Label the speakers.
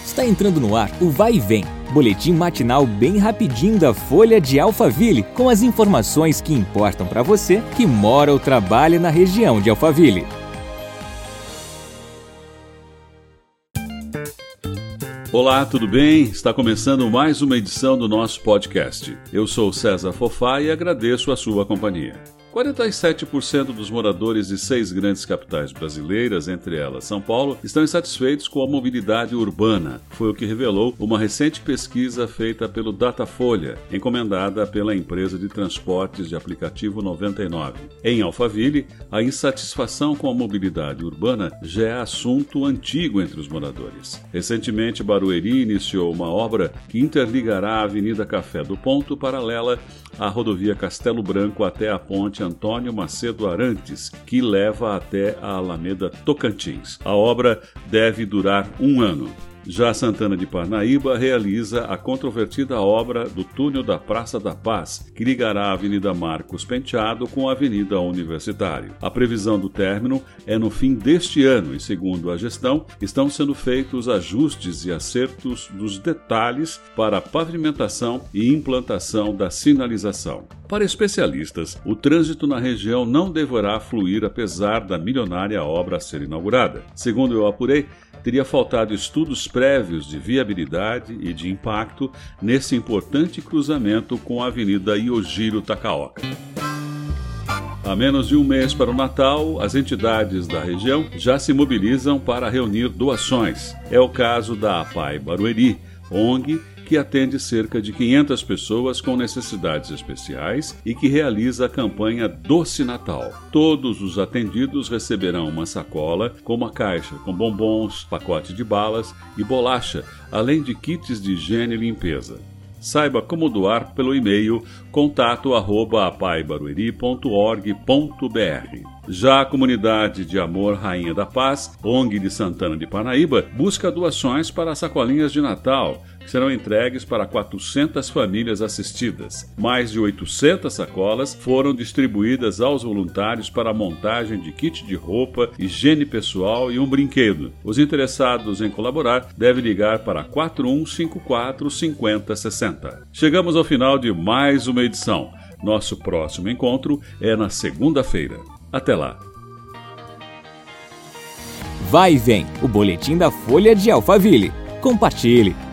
Speaker 1: Está entrando no ar o Vai e Vem, boletim matinal bem rapidinho da Folha de Alphaville, com as informações que importam para você que mora ou trabalha na região de Alphaville.
Speaker 2: Olá, tudo bem? Está começando mais uma edição do nosso podcast. Eu sou César Fofá e agradeço a sua companhia. 47% dos moradores de 6 grandes capitais brasileiras, entre elas São Paulo, estão insatisfeitos com a mobilidade urbana. Foi o que revelou uma recente pesquisa feita pelo Datafolha, encomendada pela empresa de transportes de aplicativo 99. Em Alphaville, a insatisfação com a mobilidade urbana já é assunto antigo entre os moradores. Recentemente, Barueri iniciou uma obra que interligará a Avenida Café do Ponto, paralela à rodovia Castelo Branco até a ponte Antônio Macedo Arantes, que leva até a Alameda Tocantins. A obra deve durar 1 ano. Já Santana de Parnaíba realiza a controvertida obra do túnel da Praça da Paz, que ligará a Avenida Marcos Penteado com a Avenida Universitário. A previsão do término é no fim deste ano e, segundo a gestão, estão sendo feitos ajustes e acertos dos detalhes para a pavimentação e implantação da sinalização. Para especialistas, o trânsito na região não deverá fluir apesar da milionária obra a ser inaugurada. Segundo eu apurei, teria faltado estudos prévios de viabilidade e de impacto nesse importante cruzamento com a Avenida Yojiro Takaoka. A menos de um mês para o Natal, as entidades da região já se mobilizam para reunir doações. É o caso da APAI Barueri, ONG, que atende cerca de 500 pessoas com necessidades especiais e que realiza a campanha Doce Natal. Todos os atendidos receberão uma sacola com uma caixa com bombons, pacote de balas e bolacha, além de kits de higiene e limpeza. Saiba como doar pelo e-mail contato@apaibarueri.org.br. Já a Comunidade de Amor Rainha da Paz, ONG de Santana de Parnaíba, busca doações para sacolinhas de Natal, que serão entregues para 400 famílias assistidas. Mais de 800 sacolas foram distribuídas aos voluntários para a montagem de kit de roupa, higiene pessoal e um brinquedo. Os interessados em colaborar devem ligar para 4154 5060. Chegamos ao final de mais uma edição. Nosso próximo encontro é na segunda-feira. Até lá!
Speaker 1: Vai e Vem, o boletim da Folha de Alphaville. Compartilhe!